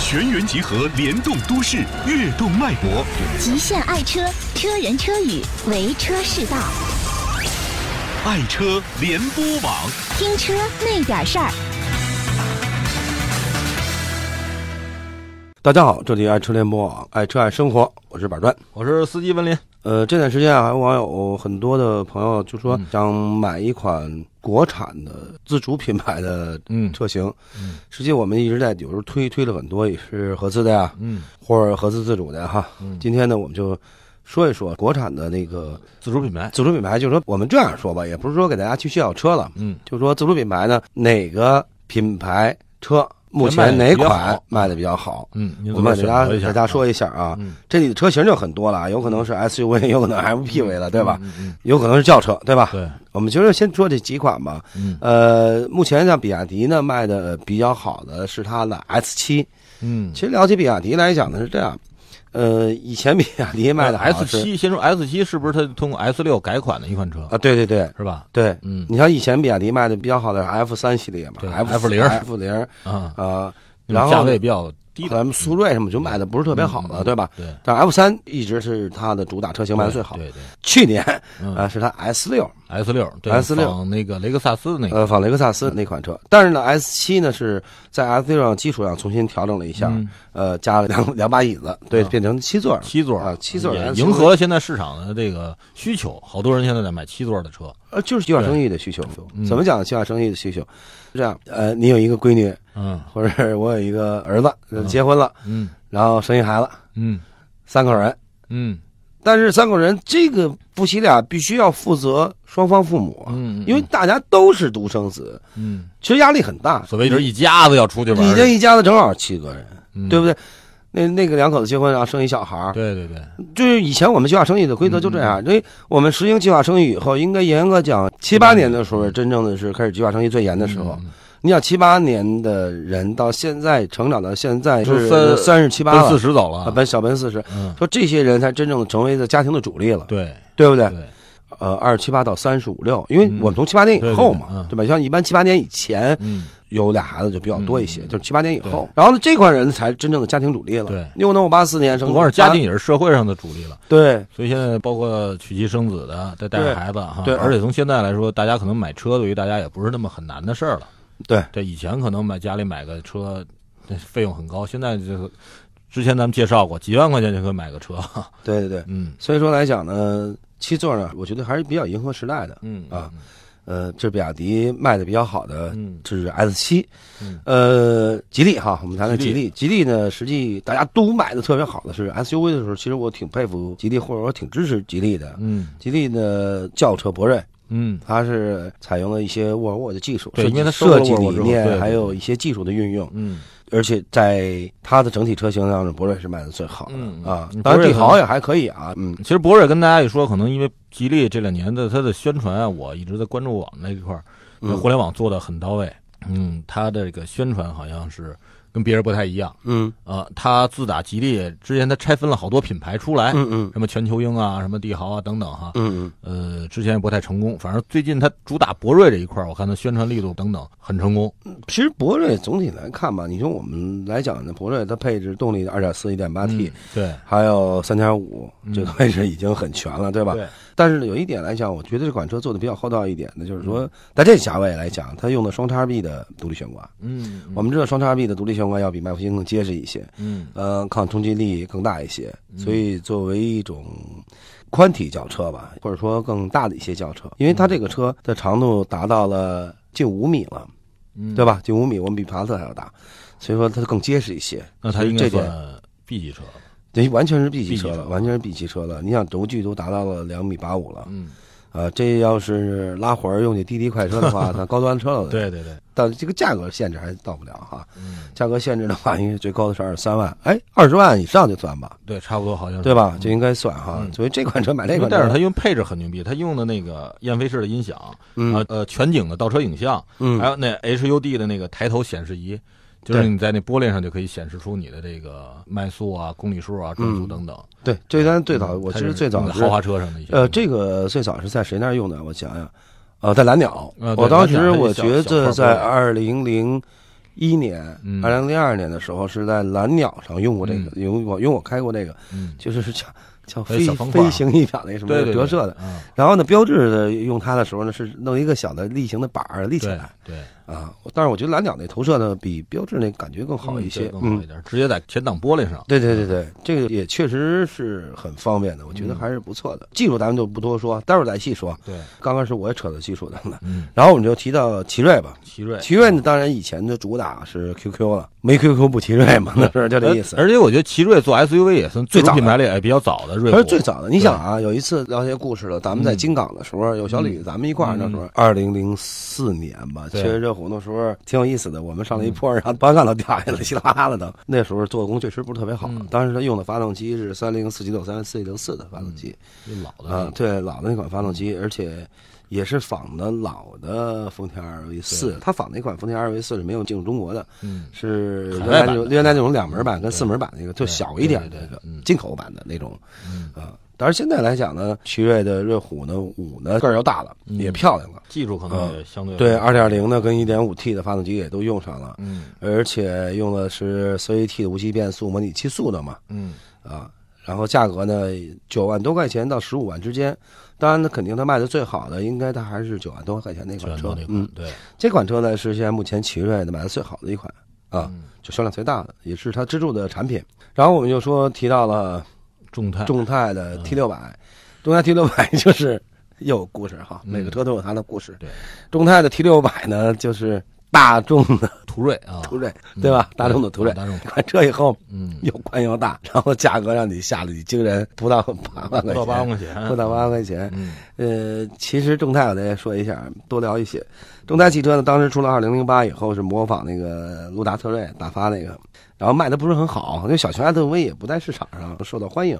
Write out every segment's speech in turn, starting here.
全员集合，联动都市，跃动脉搏。 极限爱车，车人车语，为车是道。 爱车联播网， 听车那点事儿。 大家好，这里爱车联播网，爱车爱生活，我是板砖， 我是司机文林。 这段时间啊，还有网友很多的朋友就说想买一款国产的自主品牌的车型。实际我们一直在有时候推了很多，也是合资的呀，或者合资自主的哈。今天呢，我们就说一说国产的那个自主品牌。 自主品牌就是说，我们这样说吧，也不是说给大家去炫耀车了，就是说自主品牌呢，哪个品牌车目前哪款卖的比较好？我们给大家说一下啊。这里的车型就很多了，有可能是 SUV， 有可能 MPV 了，对吧？有可能是轿车，对吧？ 对。 我们就是先说这几款吧。目前像比亚迪呢卖的比较好的是它的 S7。其实了解比亚迪来讲呢是这样。以前比亚迪卖的 S7，先说 S7 是不是它通过 S6 改款的一款车啊？对对对， 是吧？ 对，你像以前比亚迪卖的比较好的是 F3 系列嘛，F0 然后价位比较低的， 咱们速锐什么就卖的不是特别好的，对吧？ 对。 但 F3 一直是它的主打车型，卖的最好。 对。 去年是它 S6， 仿那个雷克萨斯那个， 仿雷克萨斯那款车。但是呢 S7 呢是在 S6 上基础上重新调整了一下，加了两把椅子，对，变成7座啊，7座， 迎合了现在市场的这个需求。好多人现在在买7座的车， 就是计划生育的需求。怎么讲计划生育的需求？这样，你有一个闺女，或者我有一个儿子，结婚了，然后生一孩子，3口人，但是3口人这个夫妻俩必须要负责双方父母，因为大家都是独生子，其实压力很大。 所谓就是一家子要出去玩， 你这一家子正好7个人，对不对？那个2口子结婚然后生一小孩， 对， 就是以前我们计划生育的规则就这样，因为我们实行计划生育以后，应该严格讲7、8年的时候，真正的是开始计划生育最严的时候。你想7、8年的人到现在成长到现在是37、38了， 奔40走了， 奔40，说这些人才真正成为家庭的主力了， 对不对？27、8到35、6，因为我们从7、8年以后嘛，对吧？像一般7、8年以前，有俩孩子就比较多一些，就是7、8年以后。然后呢，这块人才真正的家庭主力了。 对， 有可能我84年生， 不光是家庭，也是社会上的主力了。 对， 所以现在包括娶妻生子的，再带孩子哈。 对， 而且从现在来说，大家可能买车对于大家也不是那么很难的事儿了。 对， 这以前可能家里买个车，费用很高，现在这个之前咱们介绍过，几万块钱就可以买个车。 对，所以说来讲呢，7座呢，我觉得还是比较迎合时代的。这是比亚迪卖的比较好的，这是 S7。吉利哈，我们谈谈吉利。吉利呢，实际大家都买的特别好的是 SUV 的时候，其实我挺佩服吉利，或者说挺支持吉利的。吉利的轿车博瑞。它是采用了一些沃尔沃的技术， 对，因为它设计理念还有一些技术的运用。而且在它的整体车型上，博瑞是卖的最好的啊。当然帝豪也还可以啊。 其实博瑞跟大家一说，可能因为吉利这2年的它的宣传啊，我一直在关注网那一块，互联网做的很到位。它的这个宣传好像是跟别人不太一样。它自打吉利之前，它拆分了好多品牌出来，什么全球鹰啊，什么帝豪啊等等哈。之前也不太成功，反正最近它主打博瑞这一块，我看它宣传力度等等很成功。 其实博瑞总体来看吧，你说我们来讲呢，博瑞它配置动力 2.4 1.8T， 对， 还有 3.5，这个配置已经很全了，对吧？ 对。 但是有一点来讲，我觉得这款车做的比较厚道一点的，就是说在这价位来讲，它用的双叉臂的独立悬挂。我们知道双叉臂的独立悬挂要比麦弗逊更结实一些，抗冲击力更大一些，所以作为一种宽体轿车吧，或者说更大的一些轿车，因为它这个车的长度达到了近5米了，对吧？近5米，我们比帕萨特还要大，所以说它更结实一些。 那它应该算 B 级车了。 对，完全是 B 级车了，完全是 B 级车了。你想轴距都达到了2.85米了，这要是拉活儿用起滴滴快车的话，它高端车了。 对， 但这个价格限制还到不了哈。价格限制的话，因为最高的是23万，20万以上就算吧。 对，差不多好像是， 对吧？就应该算哈。所以这款车买这款车， 但是它因为配置很牛逼，它用的那个燕飞式的音响，全景的倒车影像，还有那 HUD 的那个抬头显示仪。就是你在那玻璃上就可以显示出你的这个迈速啊、公里数啊、转速等等。 对，这单最早我其实最早是豪华车上的一些。 这个最早是在谁那儿用的？我想想，在蓝鸟。我当时我觉得在2006 2001年、2002年的时候是在蓝鸟上用过这个，因为我开过这个，就是叫飞行仪表那什么折射的。然后呢，标致的用它的时候呢，是弄一个小的立形的板儿立起来。 对啊，但是我觉得蓝鸟那投射呢，比标致那感觉更好一些， 更好一点，直接在前挡玻璃上。 对，这个也确实是很方便的，我觉得还是不错的。技术咱们就不多说，待会儿再细说。 对， 刚开始我也扯到技术的了。然后我们就提到奇瑞吧。奇瑞呢，当然以前的主打是 QQ 了，没 QQ 不奇瑞嘛，那是就这意思。 而且我觉得奇瑞做 SUV 也算最早品牌里也比较早的瑞虎。 它是最早的。你想啊，有一次聊些故事了，咱们在京港的时候，有小李咱们一块儿那时候，2004年吧，其实热虎那时候挺有意思的。我们上了一坡，然后保险杠都掉下来了，稀里哗啦的都。那时候做工确实不是特别好，当时他用的发动机是304-763-4104的发动机， 老的啊， 对，老的那款发动机，而且也是仿的老的丰田 2V4，它仿的一款丰田 2V4是没有进入中国的，是原来那种2门版跟4门版那个就小一点的那个进口版的那种，但是现在来讲呢，奇瑞的瑞虎呢5呢个儿要大了，也漂亮了， 技术可能也相对对 2.0 呢跟 1.5T 的发动机也都用上了，而且用的是 CVT 的无级变速模拟7速的嘛，然后价格呢9万多块钱到15万之间，当然呢肯定它卖的最好的应该它还是9万多块钱那款车， 对， 这款车呢是现在目前奇瑞的卖的最好的一款啊，就销量最大的，也是它支柱的产品。然后我们就说提到了众泰的 T600，众泰 T600 就是又有故事哈，每个车都有它的故事。 对， 众泰的 T600 呢就是大众的途锐啊， 对吧？大众的途锐，款车以后又宽又大，然后价格让你吓得你惊人，不到8万块钱，不到8万块钱。其实众泰我再说一下，多聊一些。众泰汽车呢，当时出了2008以后是模仿那个路达特锐大发那个，然后卖的不是很好，那小型 SUV 也不在市场上受到欢迎。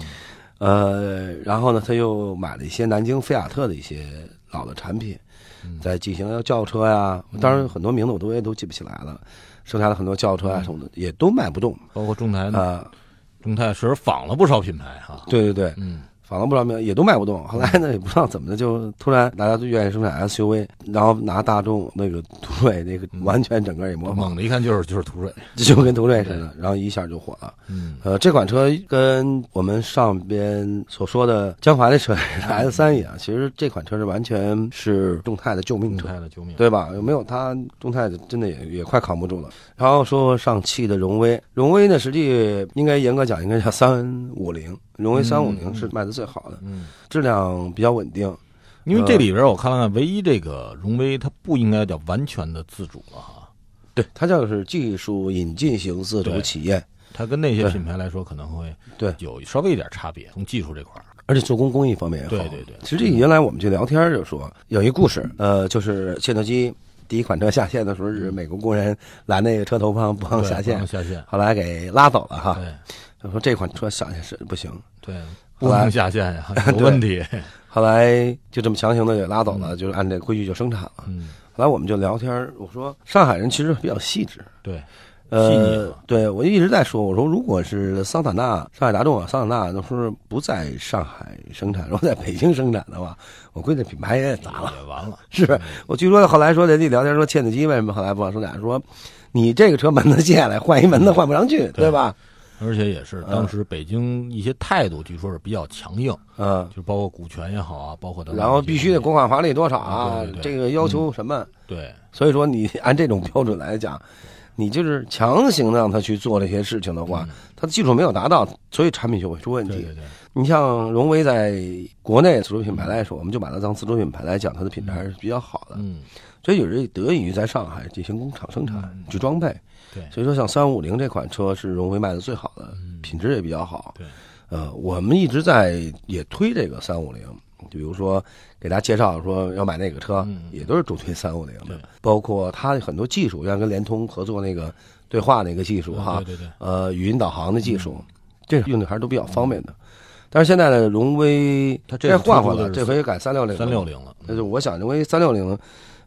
然后呢，他又买了一些南京菲亚特的一些老的产品。在进行轿车呀，当然很多名字我都记不起来了，剩下的很多轿车啊什么的也都卖不动， 包括众泰众泰是仿了不少品牌哈， 对，仿了不少也都卖不动。后来呢，也不知道怎么的，就突然大家都愿意生产 SUV， 然后拿大众那个途锐那个完全整个也模仿， 猛的一看就是途锐， 就跟途锐似的，然后一下就火了。这款车跟我们上边所说的江淮的车 S3一样，其实这款车是完全是众泰的救命车，对吧？有没有它，众泰真的也快扛不住了。然后说上汽的荣威呢，实际应该严格讲应该叫350。荣威350是卖的最好的，质量比较稳定。 因为这里边我看了看，唯一这个荣威它不应该叫完全的自主了哈， 对，它叫是技术引进型自主企业， 它跟那些品牌来说可能会有稍微一点差别，从技术这块， 而且做工艺方面也好。 对。 其实这原来我们去聊天就说有一故事，就是切诺基第一款车下线的时候，是美国工人拦那个车头旁不让下线，后来给拉走了哈。他说这款车下线是不行， 对，不能下线呀，有问题。 后来就这么强行的给拉走了，就是按这个规矩就生产了。后来我们就聊天，我说上海人其实比较细致， 对， 对我一直在说，我说如果是桑塔纳、上海大众啊、桑塔纳那时候不在上海生产，如果在北京生产的话，我估计品牌也砸了， 也完了。 是我据说后来说人家聊天说，切诺基为什么后来不让生产？说你这个车门子卸下来换一门子换不上去，对吧？ 而且也是当时北京一些态度，据说是比较强硬，就包括股权也好啊，包括然后必须得国款华丽多少啊，这个要求什么？ 对， 所以说你按这种标准来讲，你就是强行让他去做这些事情的话，他的技术没有达到，所以产品就会出问题。 对。 你像荣威在国内自主品牌来说，我们就把它当自主品牌来讲，它的品质还是比较好的。所以有人得益于在上海进行工厂生产去装配。 对， 所以说像350这款车是荣威卖的最好的，品质也比较好。 对， 我们一直也推这个350，就比如说给大家介绍说要买那个车，也都是主推350的，包括它很多技术，像跟联通合作那个对话那个技术哈，语音导航的技术，这用的还是都比较方便的。但是现在的荣威它这换了，这回改360了。 了， 那就我想荣威360。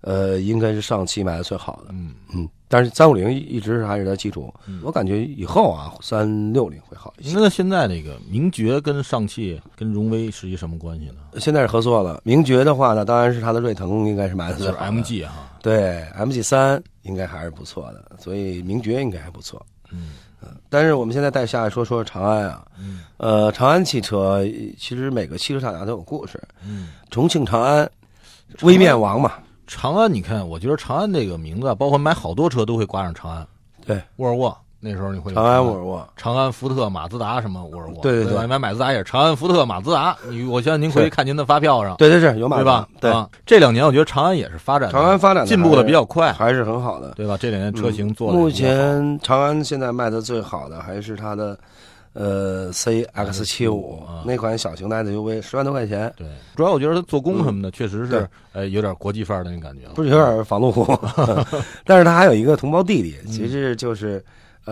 应该是上汽卖的最好的。但是350一直还是它基础，我感觉以后啊360会好一些。 那现在那个名爵跟上汽跟荣威是一什么关系呢？ 现在是合作了。名爵的话呢，当然是它的锐腾应该是卖的最好的， 就是 MG 哈。 对 MG3应该还是不错的，所以名爵应该还不错。但是我们现在再下来说长安啊，长安汽车其实每个汽车厂家都有故事。重庆长安，微面王嘛。 长安，你看，我觉得长安这个名字，包括买好多车都会挂上长安。 对， 沃尔沃那时候你会长安沃尔沃、 长安福特、马自达什么沃尔沃。 对， 买马自达也是长安福特、马自达。我相信您可以看您的发票上。 对有马自达， 对吧？对，这2年我觉得长安也是发展进步的比较快， 还是很好的， 对吧？这2年车型做的目前长安现在卖的最好的还是它的。CX75那款小型的 SUV 10万多块钱。 对，主要我觉得它做工什么的确实是有点国际范儿的那感觉， 不是有点仿路虎，但是它还有一个同胞弟弟，其实就是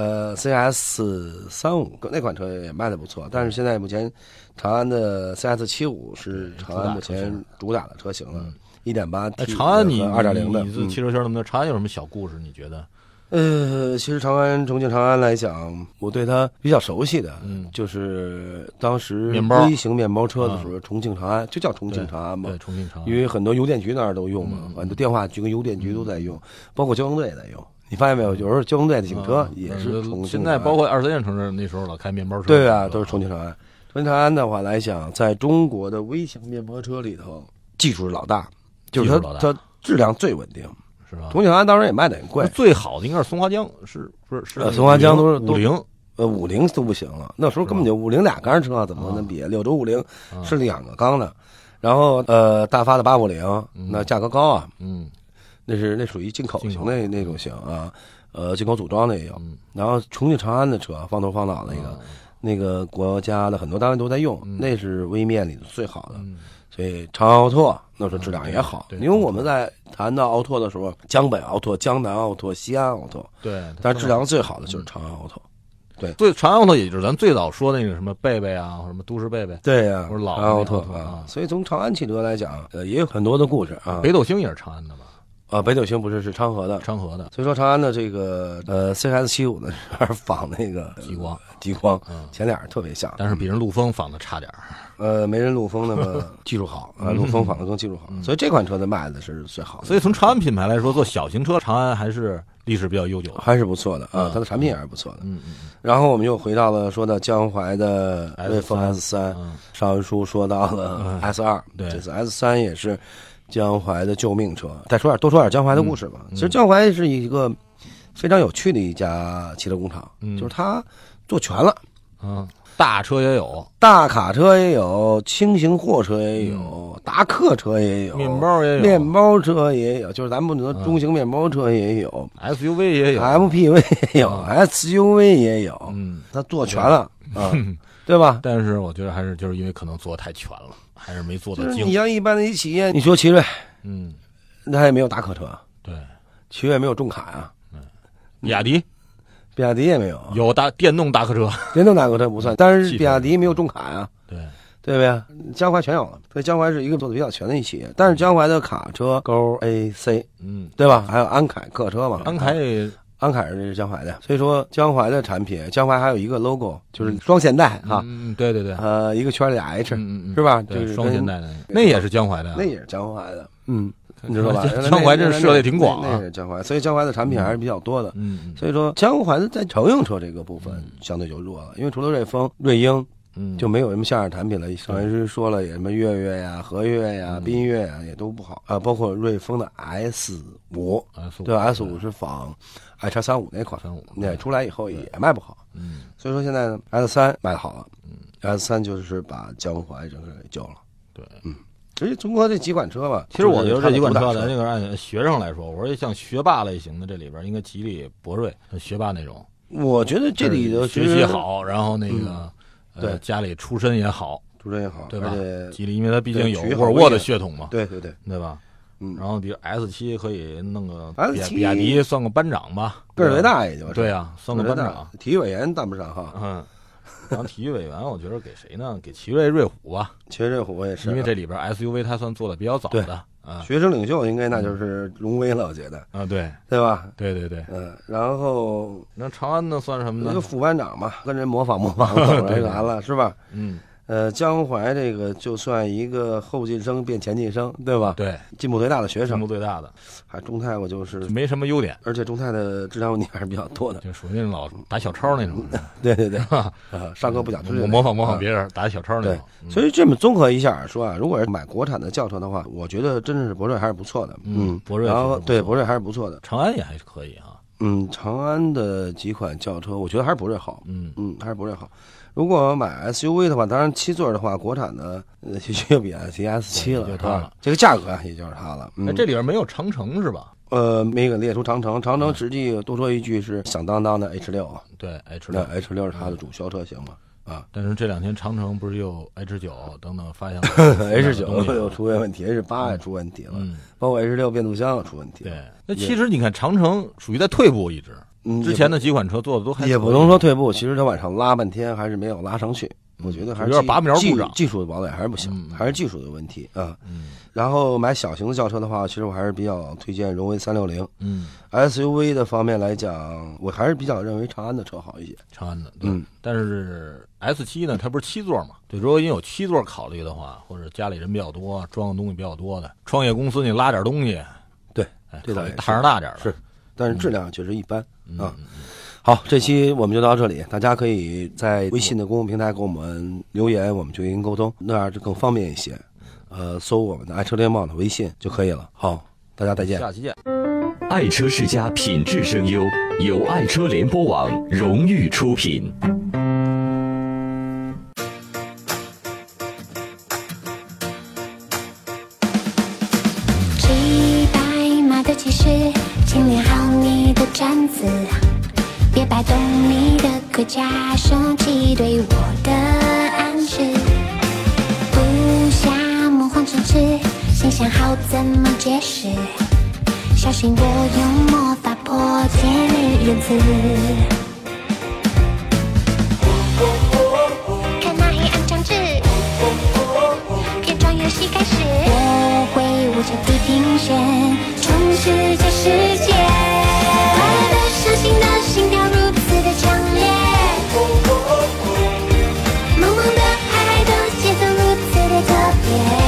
CS35那款车也卖的不错，但是现在目前长安的 CS75是长安目前主打的车型了，1.8T 长安你 2.0的。 你是汽车圈那么多，长安有什么小故事？你觉得？ 其实重庆长安来讲，我对它比较熟悉的，就是当时微型面包车的时候，重庆长安就叫重庆长安嘛， 对，重庆长安， 因为很多邮电局那儿都用嘛，很多电话局跟邮电局都在用，包括交通队也在用。你发现没有？有时候交通队的警车也是重庆。 现在包括2、3线城市那时候老开面包车。 对啊，都是重庆长安。重庆长安的话来讲，在中国的微型面包车里头，技术是老大，就是它质量最稳定。 是吧？ 重庆长安当然也卖的很贵， 最好的应该是松花江，是不是？ 松花江都是 50， 50都不行了。那时候根本就50俩缸车怎么能比？6轴50是2个缸的，然后大发的850，那价格高啊，那属于进口型的那种型啊，进口组装的也有。然后重庆长安的车放头放脑那个国家的很多单位都在用，那是微面里的最好的。所以长安奥拓那时候质量也好，因为我们在谈到奥拓的时候，江北奥拓、江南奥拓、西安奥拓， 对， 但是质量最好的就是长安奥拓。对， 长安奥拓也就是咱最早说那个什么贝贝啊，或者什么都市贝贝， 对呀， 或者老奥拓啊。所以从长安汽车来讲，也有很多的故事啊。 北斗星也是长安的吧？ 北斗星不是，是昌河的。所以说长安的这个CS75呢是仿那个极光，前脸特别像， 但是比人陆风仿的差点没人陆风那么技术好啊，陆风仿的更技术好，所以这款车的卖的是最好的。 所以从长安品牌来说，做小型车，长安还是历史比较悠久的， 还是不错的啊，它的产品也是不错的。然后我们又回到了说到江淮的瑞风 S3，上文书说到了 S2， 对， 这次 S3也是江淮的救命车。再多说点江淮的故事吧。其实江淮是一个非常有趣的一家汽车工厂，就是它做全了， 大车也有， 大卡车也有，轻型货车也有，达客车也有， 面包也有， 面包车也有，就是咱们不能中型面包车也有 ，SUV 也有 ，MPV 也有，SUV 也有，它做全了啊，对吧？ 但是我觉得还是就是因为可能做太全了，还是没做得精。 你像一般的一企业，你说奇瑞，那也没有大客车， 对， 奇瑞没有重卡呀， 比亚迪也没有， 有电动大客车， 电动大客车不算，但是比亚迪没有重卡呀，对不对？江淮全有了，所以江淮是一个做的比较全的一企业。但是江淮的卡车勾 AC，对吧？还有安凯客车嘛，安凯是江淮的，所以说江淮的产品，江淮还有一个 logo， 就是双现代哈， 对， 一个圈俩 H，是吧？就是双现代的，那也是江淮的， 那也是江淮的，你知道吧？ 江淮这涉猎挺广那是江淮，所以江淮的产品还是比较多的。所以说江淮的在乘用车这个部分相对就弱了，因为除了瑞风、瑞鹰，就没有什么像样产品了。上一说了，也什么悦悦呀、和悦呀、缤越呀，也都不好啊。包括瑞风的 S5，对吧 ？S5是仿 iX35那款，那出来以后也卖不好。所以说现在 S3卖的好了，S3就是把江淮整个给救了。 对， 其实中国这几款车吧， 其实我觉得这几款车，咱这个按学生来说，我说像学霸类型的，这里边应该吉利、博瑞，学霸那种。 我觉得这里的学习好，然后那个对家里出身也好，对吧？吉利因为它毕竟有沃尔沃的血统嘛， 对吧？然后比如 S7可以弄个比亚迪算个班长吧， 个儿最大也就对啊，算个班长， 体育委员谈不上哈。 然后体育委员，我觉得给谁呢？给奇瑞瑞虎吧。 奇瑞瑞虎也是， 因为这里边 SUV 它算做的比较早的。 啊， 学生领袖应该那就是荣威了，我觉得啊，对吧？ 对， 然后那长安呢算什么呢？ 就副班长嘛，跟人模仿走来完了是吧？江淮这个就算一个后进生变前进生，对吧？ 对， 进步最大的学生， 进步最大的。 还中泰我就是没什么优点， 而且中泰的治疗问题还是比较多的， 就属于那种老打小抄那种。 对，上课不讲知识， 模仿别人打小抄那种。 所以这么综合一下说啊，如果是买国产的轿车的话，我觉得真的是博瑞还是不错的。 博瑞， 然后对博瑞还是不错的， 长安也还是可以啊。 长安的几款轿车，我觉得还是博瑞好。还是博瑞好。如果买 SUV 的话，当然7座的话，国产的就比 S7 了， 就它了。 这个价格也就是它了。 这里边没有长城是吧？ 没给列出长城。长城实际多说一句是响当当的 H6 啊。 对 H6 是它的主销车型嘛。 但是这2天长城不是又 H9 等等发现了 H9 又出问题 ，H8 也出问题了，包括 H6 变速箱也出问题了。 对，那其实你看长城属于在退步一直。之前的几款车做的都还也不能说退步，其实它往上拉半天还是没有拉上去。我觉得还是有点拔苗助长， 技术的堡垒还是不行，还是技术的问题啊。然后买小型的轿车的话，其实我还是比较推荐荣威360。SUV 的方面来讲，我还是比较认为长安的车好一些。 长安的，对。但是 S7 呢，它不是7座嘛？对，如果你有7座考虑的话，或者家里人比较多，装的东西比较多的，创业公司你拉点东西， 对，这倒也大上大点是，但是质量确实一般啊。好，这期我们就到这里，大家可以在微信的公共平台给我们留言，我们就跟沟通，那样就更方便一些。搜我们的爱车联盟的微信就可以了。好，大家再见， 下期见。 爱车世家品质声优，由爱车联播网荣誉出品。 骑白马的骑士，请练好你的站姿。别摆动你的盔甲，升起对我的暗示。布下魔幻城池，先想好怎么解释。小心我用魔法破解你言辞。看那黑暗将至，片装游戏开始。我会无限地平线，充斥这世界。快乐的、伤心的心跳如此的强烈，萌萌的、嗨嗨的节奏如此的特别。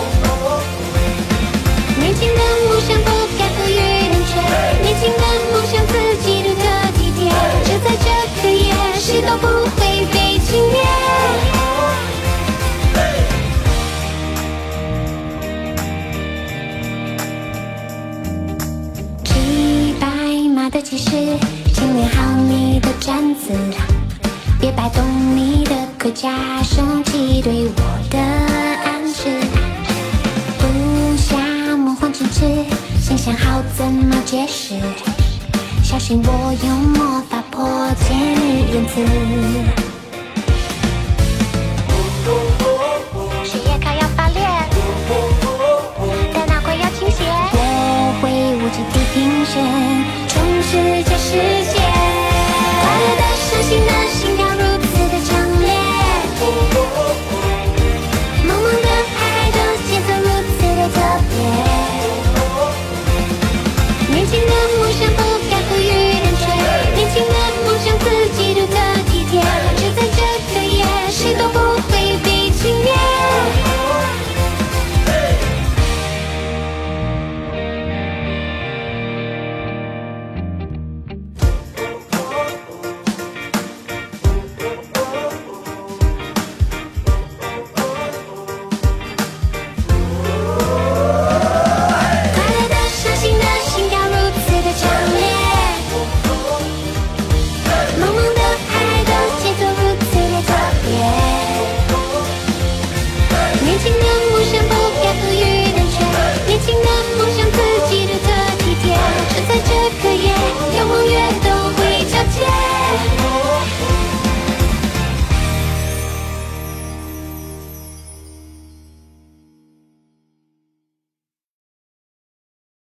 年轻的梦想不该赋予人权，年轻的梦想自己独特体贴，就在这个夜，谁都不会被轻蔑。骑白马的骑士，请练好你的站姿，别摆动你的盔甲，升起对我的暗示。布下魔幻城池，先想好怎么解释。小心我用魔法破解你言辞。